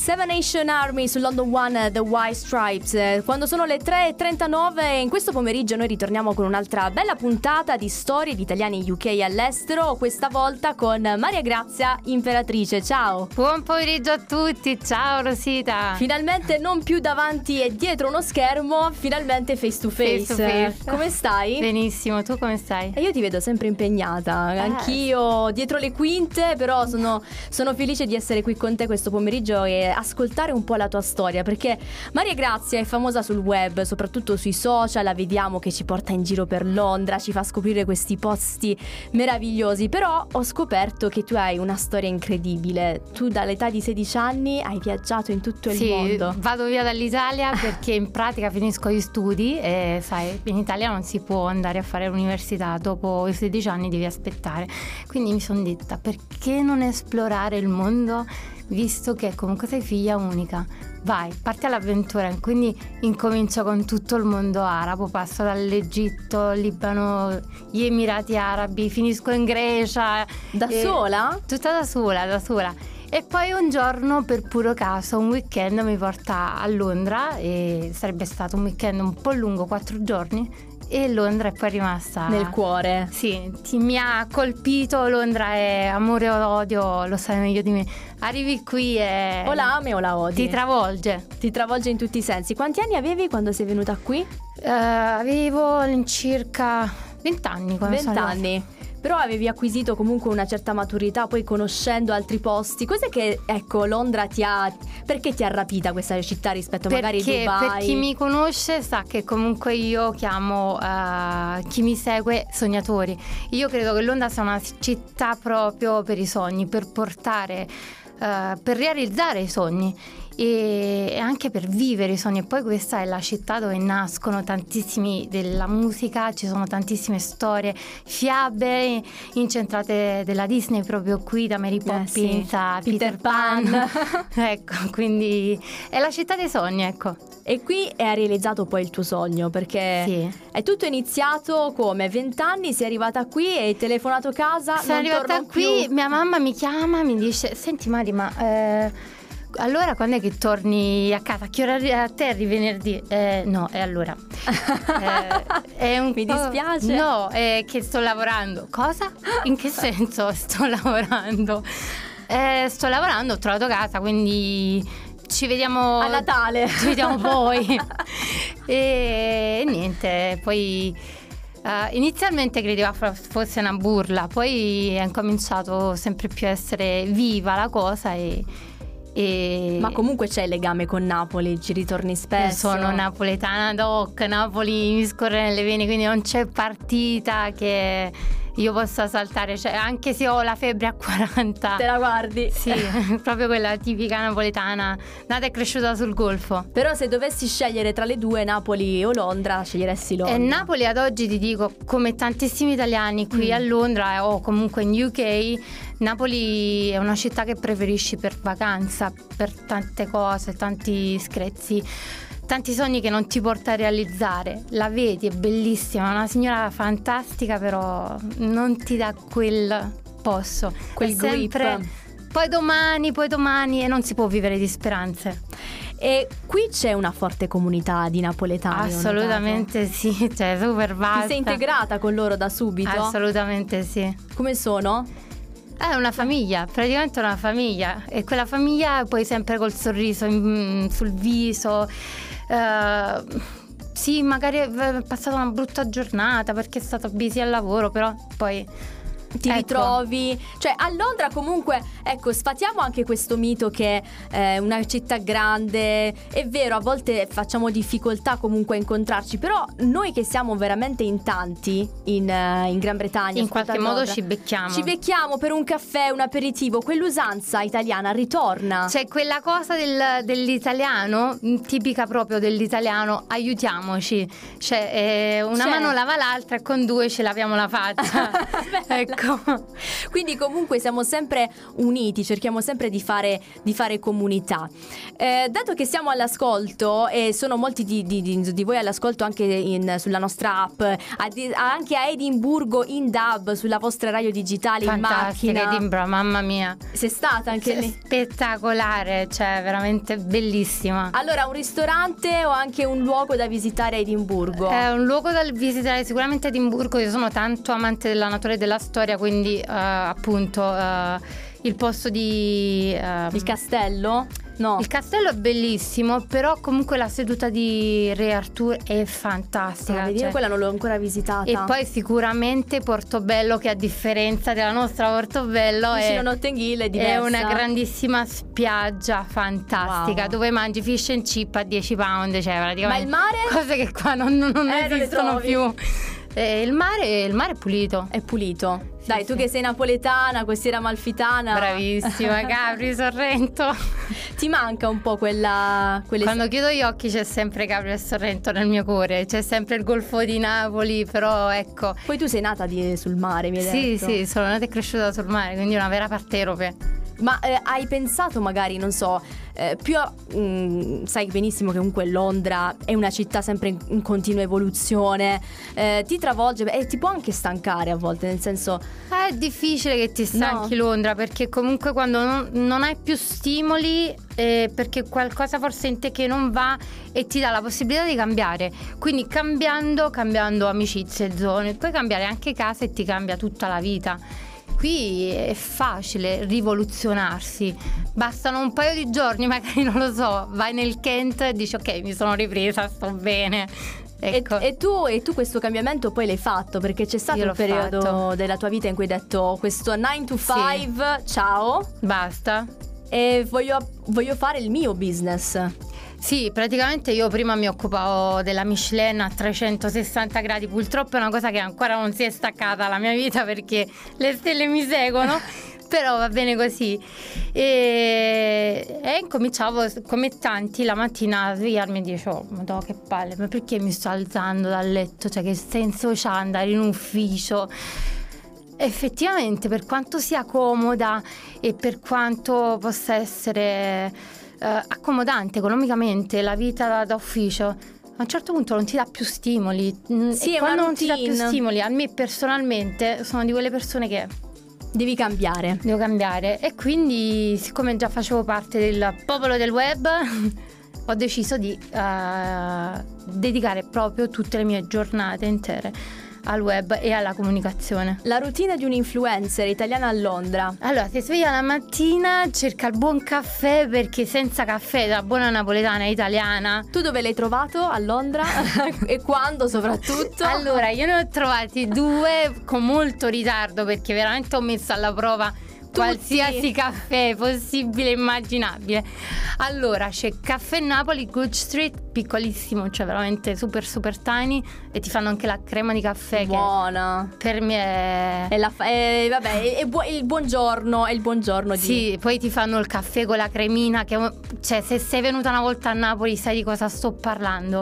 Seven Nation Army su London One, The White Stripes. Quando sono le 3:39 in questo pomeriggio noi ritorniamo con un'altra bella puntata di storie di italiani UK all'estero, questa volta con Maria Grazia Imperatrice. Ciao. Buon pomeriggio a tutti, ciao Rosita. Finalmente non più davanti e dietro uno schermo, finalmente face to face. Come stai? Benissimo, tu come stai? E io ti vedo sempre impegnata, anch'io dietro le quinte, però sono felice di essere qui con te questo pomeriggio e ascoltare un po' la tua storia, perché Maria Grazia è famosa sul web, soprattutto sui social, la vediamo che ci porta in giro per Londra, ci fa scoprire questi posti meravigliosi, però ho scoperto che tu hai una storia incredibile. Tu dall'età di 16 anni hai viaggiato in tutto il mondo. Sì, vado via dall'Italia perché in pratica finisco gli studi e sai, in Italia non si può andare a fare l'università, dopo i 16 anni devi aspettare, quindi mi sono detta perché non esplorare il mondo, visto che comunque sei figlia unica. Vai, parti all'avventura. Quindi incomincio con tutto il mondo arabo, passo dall'Egitto, Libano, gli Emirati Arabi, finisco in Grecia. Sola? Tutta da sola. E poi un giorno, per puro caso, un weekend mi porta a Londra, e sarebbe stato un weekend un po' lungo, 4 giorni, e Londra è poi rimasta nel cuore. Sì, mi ha colpito. Londra è amore o odio, lo sai meglio di me. Arrivi qui e o la ami o la odi. Ti travolge in tutti i sensi. Quanti anni avevi quando sei venuta qui? Avevo circa 20 anni. 20 anni. Però avevi acquisito comunque una certa maturità, poi conoscendo altri posti. Cos'è che, ecco, Londra perché ti ha rapita questa città rispetto magari a Dubai? Per chi mi conosce sa che comunque io chiamo chi mi segue sognatori. Io credo che Londra sia una città proprio per i sogni, per portare, per realizzare i sogni e anche per vivere i sogni. E poi questa è la città dove nascono tantissimi della musica, ci sono tantissime storie, fiabe incentrate della Disney proprio qui, da Mary Poppins a Peter Pan. Ecco, quindi è la città dei sogni, ecco. E qui hai realizzato poi il tuo sogno, perché sì, è tutto iniziato come 20 anni, sei arrivata qui e hai telefonato a casa. Sono arrivata qui, mia mamma mi chiama, mi dice: senti Mari, ma allora quando è che torni a casa? A che ora atterri venerdì? No, e allora? Mi dispiace. No, è che sto lavorando. Cosa? In che senso sto lavorando? Sto lavorando, ho trovato casa, quindi ci vediamo a Natale. Ci vediamo poi. E niente, poi inizialmente credevo fosse una burla, poi è incominciato sempre più a essere viva la cosa Ma comunque c'è il legame con Napoli, ci ritorni spesso. Sono napoletana doc, Napoli mi scorre nelle vene, quindi non c'è partita che io possa saltare, cioè anche se ho la febbre a 40 te la guardi. Sì, proprio quella tipica napoletana, nata e cresciuta sul Golfo. Però se dovessi scegliere tra le due, Napoli o Londra, sceglieresti Londra? Napoli ad oggi, ti dico, come tantissimi italiani qui a Londra o comunque in UK, Napoli è una città che preferisci per vacanza, per tante cose, tanti screzi, tanti sogni che non ti porta a realizzare. La vedi, è bellissima, è una signora fantastica, però non ti dà quel posto, quel grip. Poi domani, e non si può vivere di speranze. E qui c'è una forte comunità di napoletani. Assolutamente sì, cioè super vasta. Ti sei integrata con loro da subito? Assolutamente sì. Come sono? È una famiglia, praticamente una famiglia, e quella famiglia poi sempre col sorriso sul viso. Sì, magari è passata una brutta giornata perché è stata busy al lavoro, però poi ti ritrovi, cioè a Londra comunque, ecco, sfatiamo anche questo mito che è una città grande. È vero, a volte facciamo difficoltà comunque a incontrarci, però noi che siamo veramente in tanti in Gran Bretagna, in qualche modo ci becchiamo per un caffè, un aperitivo. Quell'usanza italiana ritorna, c'è quella cosa dell'italiano, tipica proprio dell'italiano: aiutiamoci, cioè una mano lava l'altra e con due ci laviamo la faccia. Ecco. Quindi comunque siamo sempre uniti, cerchiamo sempre di fare comunità. Dato che siamo all'ascolto e sono molti di voi all'ascolto anche sulla nostra app, anche a Edimburgo in DAB sulla vostra radio digitale, fantastica, in macchina. Edinburgh, mamma mia. Sei stata anche lì? Spettacolare, cioè veramente bellissima. Allora, un ristorante o anche un luogo da visitare a Edimburgo? È un luogo da visitare sicuramente a Edimburgo. Io sono tanto amante della natura e della storia, quindi appunto il posto di Il castello? No. Il castello è bellissimo, però comunque la seduta di Re Artù è fantastica. Vedi, io quella non l'ho ancora visitata. E poi sicuramente Portobello, che a differenza della nostra Portobello vicino Notting Hill è diversa. È una grandissima spiaggia fantastica, wow, dove mangi fish and chip a 10 pound, cioè praticamente. Ma il mare? Cose che qua non esistono più. Il mare è pulito. È pulito. Sì, dai, tu che sei napoletana, costiera amalfitana. Bravissima, Capri, Sorrento. Ti manca un po' quelle... Quando chiudo gli occhi c'è sempre Capri e Sorrento nel mio cuore. C'è sempre il Golfo di Napoli, però ecco. Poi tu sei nata sul mare, mi hai detto. Sì, sono nata e cresciuta sul mare, quindi una vera parterope. Ma hai pensato magari, non so, sai benissimo che comunque Londra è una città sempre in continua evoluzione, ti travolge e ti può anche stancare a volte, nel senso... È difficile che ti stanchi Londra, perché comunque quando non hai più stimoli, perché qualcosa forse in te che non va e ti dà la possibilità di cambiare, quindi cambiando amicizie, zone, puoi cambiare anche casa e ti cambia tutta la vita. Qui è facile rivoluzionarsi, bastano un paio di giorni, magari non lo so, vai nel Kent e dici ok, mi sono ripresa, sto bene. Ecco. E tu questo cambiamento poi l'hai fatto, perché c'è stato un periodo della tua vita in cui hai detto questo 9 to 5, sì, ciao, basta, e voglio fare il mio business. Sì, praticamente io prima mi occupavo della Michelin a 360 gradi, purtroppo è una cosa che ancora non si è staccata dalla mia vita perché le stelle mi seguono, però va bene così. E incominciavo come tanti la mattina a svegliarmi e dicevo, madonna che palle, ma perché mi sto alzando dal letto, cioè che senso c'ha andare in ufficio? Effettivamente, per quanto sia comoda e per quanto possa essere accomodante economicamente la vita da ufficio, a un certo punto non ti dà più stimoli. Sì, e quando non ti dà più stimoli, a me personalmente sono di quelle persone che devo cambiare, e quindi siccome già facevo parte del popolo del web ho deciso di dedicare proprio tutte le mie giornate intere al web e alla comunicazione. La routine di un influencer italiana a Londra. Allora, si sveglia la mattina, cerca il buon caffè, perché senza caffè da buona napoletana italiana. Tu dove l'hai trovato a Londra? E quando soprattutto? Allora, io ne ho trovati 2 con molto ritardo, perché veramente ho messo alla prova qualsiasi caffè possibile e immaginabile. Allora c'è Caffè Napoli, Good Street, piccolissimo, cioè veramente super super tiny, e ti fanno anche la crema di caffè buona, che per me è il buongiorno, è il buongiorno di... Sì, poi ti fanno il caffè con la cremina, che cioè se sei venuta una volta a Napoli sai di cosa sto parlando.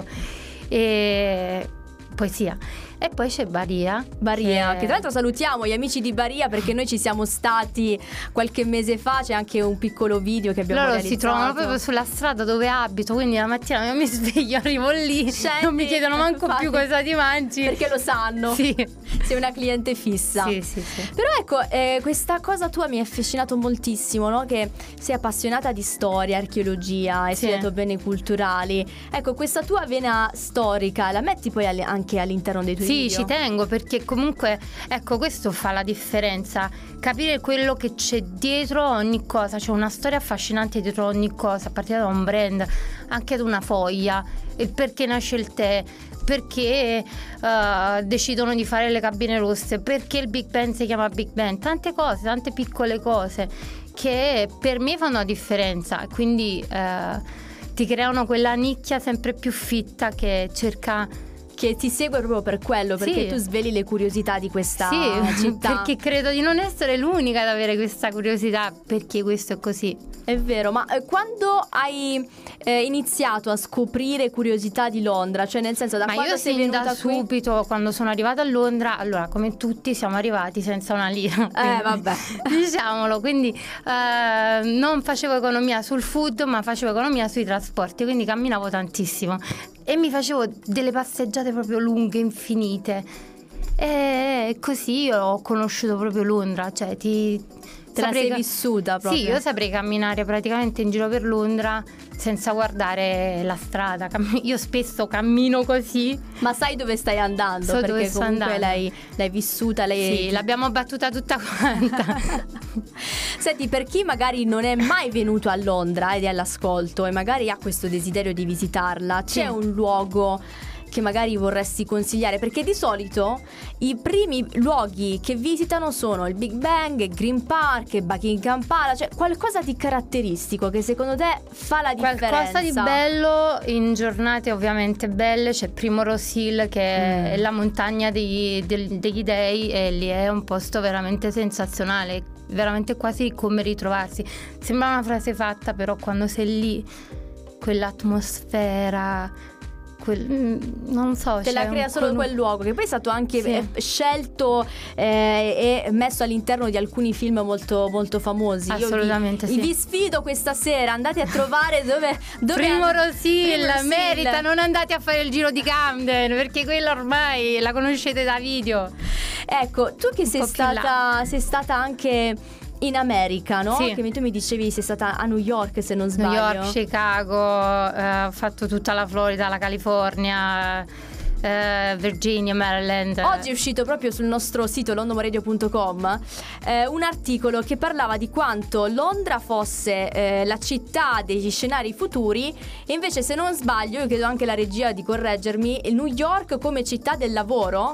E poesia. E poi c'è Baria, che tra l'altro salutiamo gli amici di Baria, perché noi ci siamo stati qualche mese fa, c'è anche un piccolo video che abbiamo realizzato. Si trovano proprio sulla strada dove abito, quindi la mattina io mi sveglio, arrivo lì, non mi chiedono manco più cosa ti mangi, perché lo sanno. Sì. Sei una cliente fissa. Sì. Però ecco, questa cosa tua mi ha affascinato moltissimo, no? Che sei appassionata di storia, archeologia, hai studiato beni culturali. Ecco, questa tua vena storica la metti poi anche all'interno dei tuoi video? Sì, ci tengo, perché comunque ecco, questo fa la differenza, capire quello che c'è dietro ogni cosa. C'è una storia affascinante dietro ogni cosa, a partire da un brand, anche da una foglia, il perché nasce il tè, perché decidono di fare le cabine rosse, perché il Big Ben si chiama Big Ben, tante cose, tante piccole cose che per me fanno la differenza, quindi ti creano quella nicchia sempre più fitta che cerca che ti segue proprio per quello, perché tu sveli le curiosità di questa città. Perché credo di non essere l'unica ad avere questa curiosità, perché questo è così. È vero, ma quando hai iniziato a scoprire curiosità di Londra, cioè nel senso, da quando sei venuta da qui? subito, quando sono arrivata a Londra, allora come tutti siamo arrivati senza una lira, vabbè, diciamolo, quindi non facevo economia sul food, ma facevo economia sui trasporti, quindi camminavo tantissimo e mi facevo delle passeggiate proprio lunghe, infinite, e così ho conosciuto proprio Londra, cioè te la sei vissuta proprio. Sì, io saprei camminare praticamente in giro per Londra senza guardare la strada. Io spesso cammino così. Ma sai dove stai andando? So perché dove sto comunque andando. l'hai vissuta. Sì, l'abbiamo battuta tutta quanta. Senti, per chi magari non è mai venuto a Londra ed è all'ascolto e magari ha questo desiderio di visitarla, c'è un luogo che magari vorresti consigliare? Perché di solito i primi luoghi che visitano sono il Big Bang, il Green Park, il Buckingham Palace, cioè qualcosa di caratteristico che secondo te fa la differenza. Qualcosa di bello in giornate ovviamente belle. C'è Primrose Hill, che è la montagna degli dei, e lì è un posto veramente sensazionale, veramente quasi come ritrovarsi. Sembra una frase fatta, però quando sei lì, quell'atmosfera, non so, te la crea solo quel luogo, che poi è stato anche scelto e messo all'interno di alcuni film molto, molto famosi. Assolutamente. Vi sfido questa sera, andate a trovare dove Primrose Hill merita, non andate a fare il giro di Camden, perché quella ormai la conoscete da video. Ecco, tu che sei stata anche in America, no? Sì. Che tu mi dicevi sei stata a New York, se non sbaglio. New York, Chicago, ho fatto tutta la Florida, la California, Virginia, Maryland. Oggi è uscito proprio sul nostro sito londomoradio.com un articolo che parlava di quanto Londra fosse la città degli scenari futuri, e invece, se non sbaglio, io chiedo anche alla regia di correggermi, New York come città del lavoro.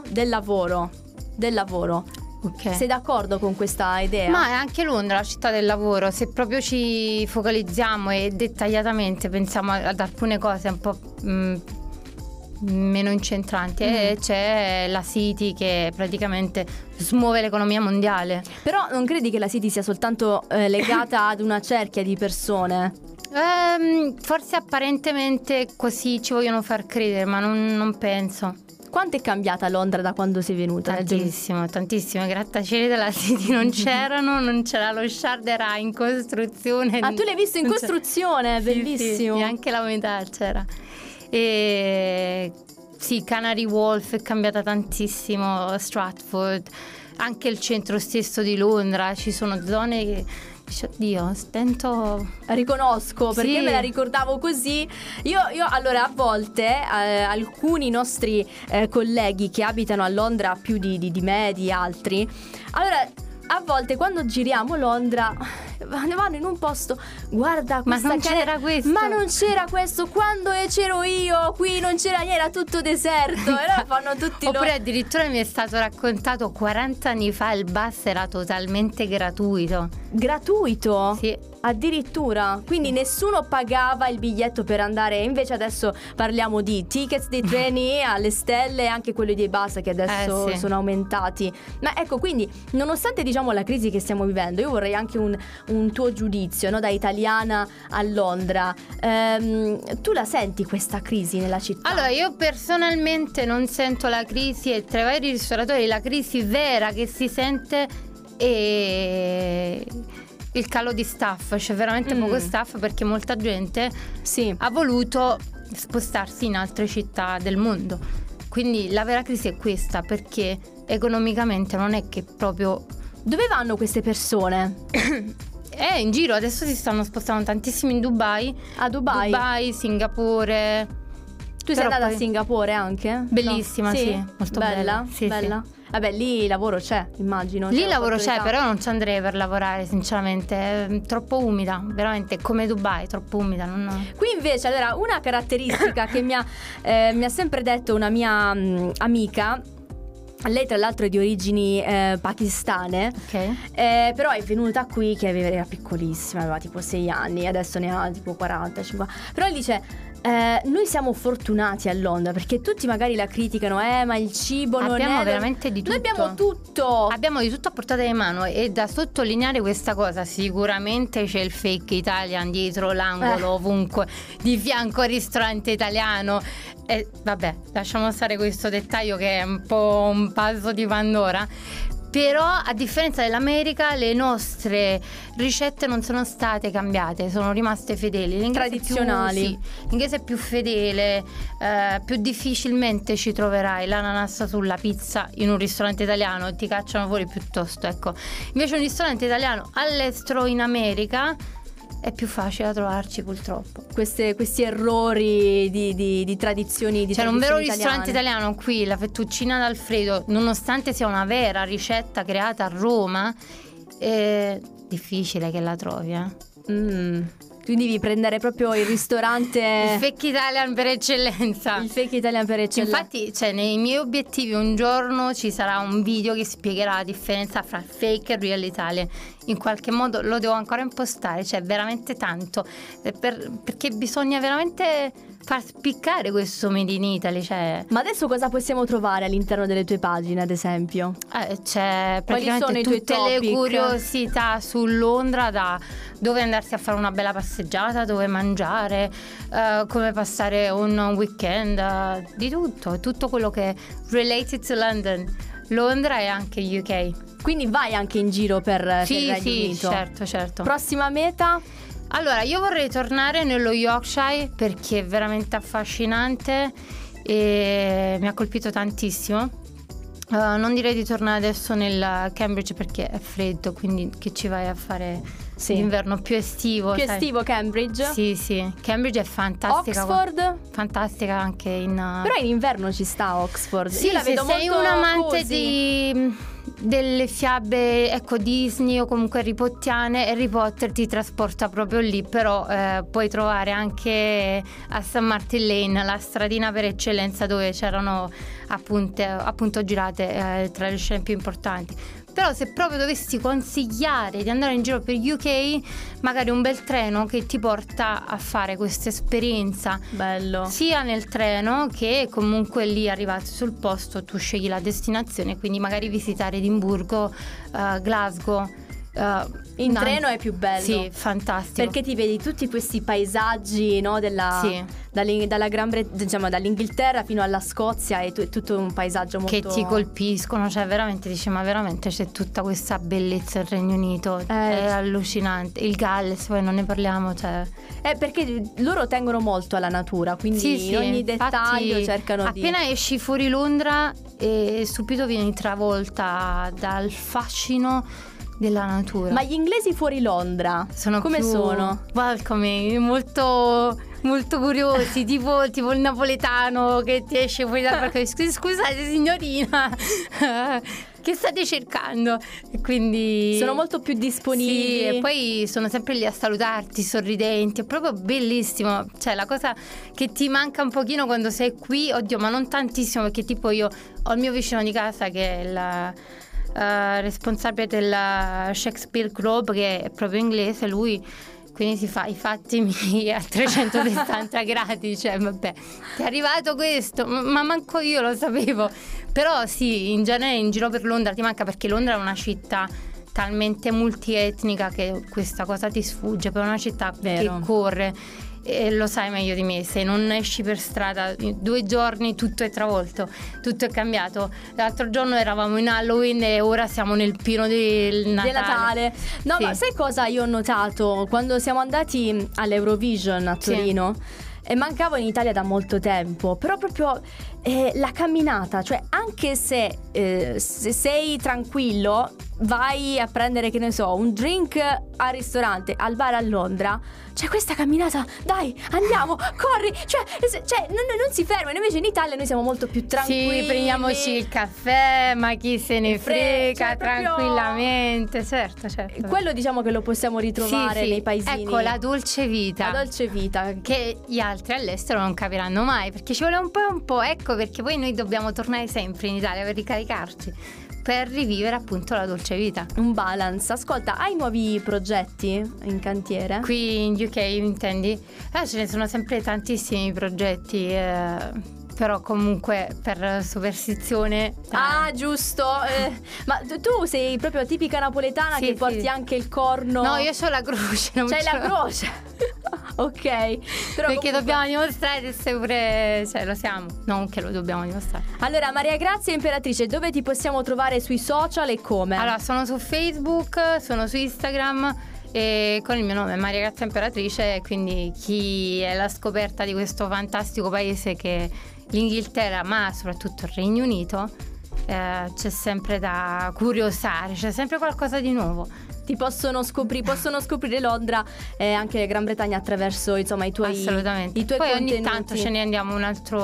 Okay. Sei d'accordo con questa idea? Ma è anche Londra la città del lavoro. Se proprio ci focalizziamo e dettagliatamente pensiamo ad alcune cose un po' meno incentranti, c'è la City, che praticamente smuove l'economia mondiale. Però non credi che la City sia soltanto legata ad una cerchia di persone? Forse apparentemente così ci vogliono far credere, ma non penso. Quanto è cambiata Londra da quando sei venuta? Tantissimo. I grattacieli della City non c'erano, non c'era lo Shard, era in costruzione. Ah, tu l'hai visto in costruzione? Bellissimo. Sì, anche la metà c'era. E sì, Canary Wharf è cambiata tantissimo, Stratford, anche il centro stesso di Londra, ci sono zone che Dio, stento. Riconosco, perché me la ricordavo così. Io allora, a volte alcuni nostri colleghi che abitano a Londra più di me, di altri, allora a volte quando giriamo Londra vanno in un posto, guarda, ma non c'era questo, ma non c'era questo, quando c'ero io qui non c'era niente, era tutto deserto. E allora fanno tutti oppure addirittura mi è stato raccontato 40 anni fa il bus era totalmente gratuito. Gratuito? Sì. Addirittura, quindi nessuno pagava il biglietto per andare. Invece adesso parliamo di tickets dei treni alle stelle, anche quelli dei bus che adesso sono aumentati. Ma ecco, quindi nonostante diciamo la crisi che stiamo vivendo, io vorrei anche un tuo giudizio, no? Da italiana a Londra, tu la senti questa crisi nella città? Allora, io personalmente non sento la crisi, e tra i vari ristoratori la crisi vera che si sente è il calo di staff. C'è veramente poco staff, perché molta gente ha voluto spostarsi in altre città del mondo. Quindi la vera crisi è questa, perché economicamente non è che proprio... Dove vanno queste persone? In giro, adesso si stanno spostando tantissimi in Dubai. A Dubai? Dubai, Singapore. Tu sei andata a Singapore anche? Bellissima, no? Sì, molto bella. Sì, bella. Sì. Vabbè, lì lavoro c'è, immagino. Lì lavoro c'è, però non ci andrei per lavorare, sinceramente. È troppo umida, veramente, come Dubai, troppo umida. Qui invece, allora, una caratteristica che mi ha sempre detto una mia amica Lei tra l'altro è di origini pakistane, però è venuta qui che era piccolissima, aveva tipo 6 anni, adesso ne ha tipo 40, 50. Però lei dice noi siamo fortunati a Londra, perché tutti magari la criticano, ma il cibo non è... Abbiamo veramente di tutto. Noi abbiamo tutto. Abbiamo di tutto a portata di mano, e da sottolineare questa cosa, sicuramente c'è il fake Italian dietro l'angolo, ovunque, di fianco al ristorante italiano. E vabbè, lasciamo stare questo dettaglio che è un po' un passo di Pandora. Però a differenza dell'America le nostre ricette non sono state cambiate, sono rimaste fedeli. L'inglese tradizionali. L'inglese è più fedele, più difficilmente ci troverai l'ananas sulla pizza in un ristorante italiano, ti cacciano fuori piuttosto, ecco. Invece un ristorante italiano all'estero, in America, è più facile da trovarci, purtroppo. Questi errori di tradizioni, di C'era tradizioni un vero italiane. ristorante italiano qui, la fettuccina d'Alfredo, nonostante sia una vera ricetta creata a Roma, è difficile che la trovi, Quindi devi prendere proprio il ristorante, il fake Italian per eccellenza. il fake Italian per eccellenza. Infatti, cioè, nei miei obiettivi un giorno ci sarà un video che spiegherà la differenza fra fake e real Italian. In qualche modo lo devo ancora impostare, cioè veramente tanto, perché bisogna veramente far spiccare questo Made in Italy, cioè. Ma adesso cosa possiamo trovare all'interno delle tue pagine, ad esempio? C'è Quali praticamente sono i tuoi tutte topic? le curiosità su Londra, da dove andarsi a fare una bella passeggiata, dove mangiare, come passare un weekend, di tutto quello che è related to London, Londra e anche UK. Quindi vai anche in giro per il Regno Unito. Certo. Prossima meta? Allora, io vorrei tornare nello Yorkshire perché è veramente affascinante e mi ha colpito tantissimo. Non direi di tornare adesso nel Cambridge perché è freddo, quindi che ci vai a fare l'inverno più estivo. Più estivo Cambridge? Sì. Cambridge è fantastica. Oxford? Fantastica anche in... Però in inverno ci sta Oxford. Sì, io la vedo se sei molto un amante cozy. delle fiabe, ecco, Disney o comunque Harry Potter ti trasporta proprio lì. Però puoi trovare anche a St. Martin Lane la stradina per eccellenza dove c'erano appunto girate tra le scene più importanti. Però se proprio dovessi consigliare di andare in giro per UK, magari un bel treno che ti porta a fare questa esperienza. Bello. Sia nel treno che comunque lì arrivati sul posto tu scegli la destinazione, quindi magari visitare Edimburgo, Glasgow. In treno è più bello. Sì, fantastico. Perché ti vedi tutti questi paesaggi, no, dalla Gran diciamo dall'Inghilterra fino alla Scozia, è tutto un paesaggio molto... che ti colpiscono, cioè veramente dici ma veramente c'è tutta questa bellezza del Regno Unito, è allucinante. Il Galles poi non ne parliamo, cioè perché loro tengono molto alla natura, quindi in ogni dettaglio cercano appena esci fuori Londra e subito vieni travolta dal fascino della natura. Ma gli inglesi fuori Londra come sono? Welcoming, molto curiosi, tipo il napoletano che ti esce fuori dal parco. Scusate signorina, che state cercando? E quindi sono molto più disponibili. Sì, e poi sono sempre lì a salutarti, sorridenti, è proprio bellissimo. Cioè la cosa che ti manca un pochino quando sei qui, oddio, ma non tantissimo, perché tipo io ho il mio vicino di casa che è la responsabile della Shakespeare Globe, che è proprio inglese lui, quindi si fa i fatti miei a 360 gradi, cioè vabbè, ti è arrivato questo, ma manco io lo sapevo. Però sì, in genere in giro per Londra ti manca, perché Londra è una città talmente multietnica che questa cosa ti sfugge. Per una città che corre, e lo sai meglio di me, se non esci per strada 2 giorni tutto è travolto, tutto è cambiato. L'altro giorno eravamo in Halloween e ora siamo nel pieno del Natale. No, ma sai cosa io ho notato quando siamo andati all'Eurovision a Torino? E mancavo in Italia da molto tempo, però proprio la camminata, cioè anche se sei tranquillo, vai a prendere, che ne so, un drink al ristorante, al bar a Londra, c'è questa camminata, dai, andiamo, corri, cioè non si fermano. Invece in Italia noi siamo molto più tranquilli. Sì, prendiamoci il caffè, ma chi se ne frega, cioè, proprio... tranquillamente, certo. Quello diciamo che lo possiamo ritrovare sì, nei paesini. Ecco, la dolce vita. La dolce vita. Che gli altri all'estero non capiranno mai, perché ci vuole un po', ecco perché poi noi dobbiamo tornare sempre in Italia per ricaricarci, per rivivere appunto la dolce vita. Un balance. Ascolta, hai nuovi progetti in cantiere? Qui in UK intendi? Ce ne sono sempre tantissimi progetti, però comunque per superstizione. Giusto. Ma tu sei proprio tipica napoletana, sì, che porti sì. anche il corno. No, io c'ho la croce. C'hai la croce. Ok. Però perché comunque... dobbiamo dimostrare sempre, cioè lo siamo, non che lo dobbiamo dimostrare. Allora, Maria Grazia Imperatrice, dove ti possiamo trovare sui social e come? Allora, sono su Facebook, sono su Instagram e con il mio nome Maria Grazia Imperatrice, quindi chi è la scoperta di questo fantastico paese che è l'Inghilterra, ma soprattutto il Regno Unito, c'è sempre da curiosare, c'è sempre qualcosa di nuovo. Ti possono scoprire Londra e anche Gran Bretagna attraverso, insomma, i tuoi assolutamente. I tuoi poi contenuti. Ogni tanto ce ne andiamo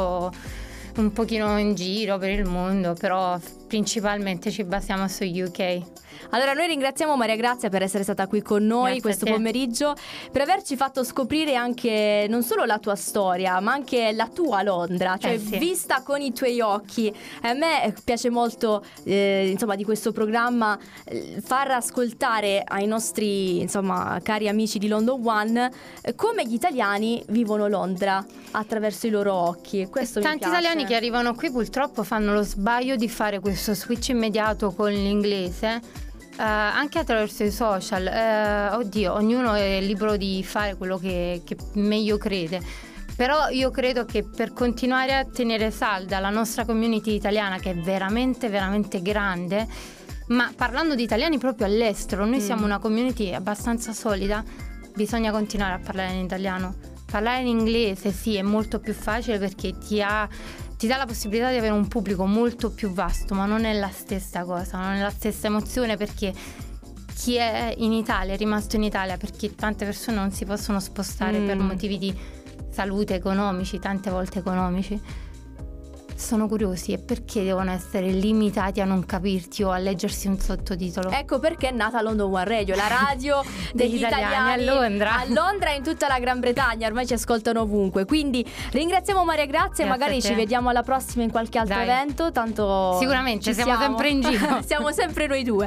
un pochino in giro per il mondo, però principalmente ci basiamo su UK. Allora, noi ringraziamo Maria Grazia per essere stata qui con noi Grazie questo pomeriggio, per averci fatto scoprire anche non solo la tua storia, ma anche la tua Londra, cioè sì. vista con i tuoi occhi. A me piace molto, insomma, di questo programma far ascoltare ai nostri, insomma, cari amici di London One come gli italiani vivono Londra attraverso i loro occhi. Questo Tanti mi piace. italiani che arrivano qui purtroppo fanno lo sbaglio di fare questo switch immediato con l'inglese. Anche attraverso i social, ognuno è libero di fare quello che meglio crede, però io credo che per continuare a tenere salda la nostra community italiana, che è veramente veramente grande, ma parlando di italiani proprio all'estero, noi siamo una community abbastanza solida, bisogna continuare a parlare in italiano. Parlare in inglese sì, è molto più facile perché ti dà la possibilità di avere un pubblico molto più vasto, ma non è la stessa cosa, non è la stessa emozione, perché chi è in Italia è rimasto in Italia perché tante persone non si possono spostare per motivi di salute, economici, tante volte economici. Sono curiosi, e perché devono essere limitati a non capirti o a leggersi un sottotitolo? Ecco perché è nata London One Radio, la radio degli italiani a Londra. A Londra e in tutta la Gran Bretagna, ormai ci ascoltano ovunque. Quindi ringraziamo Maria Grazia, e magari ci vediamo alla prossima in qualche altro evento. Tanto sicuramente siamo sempre in giro. Siamo sempre noi due.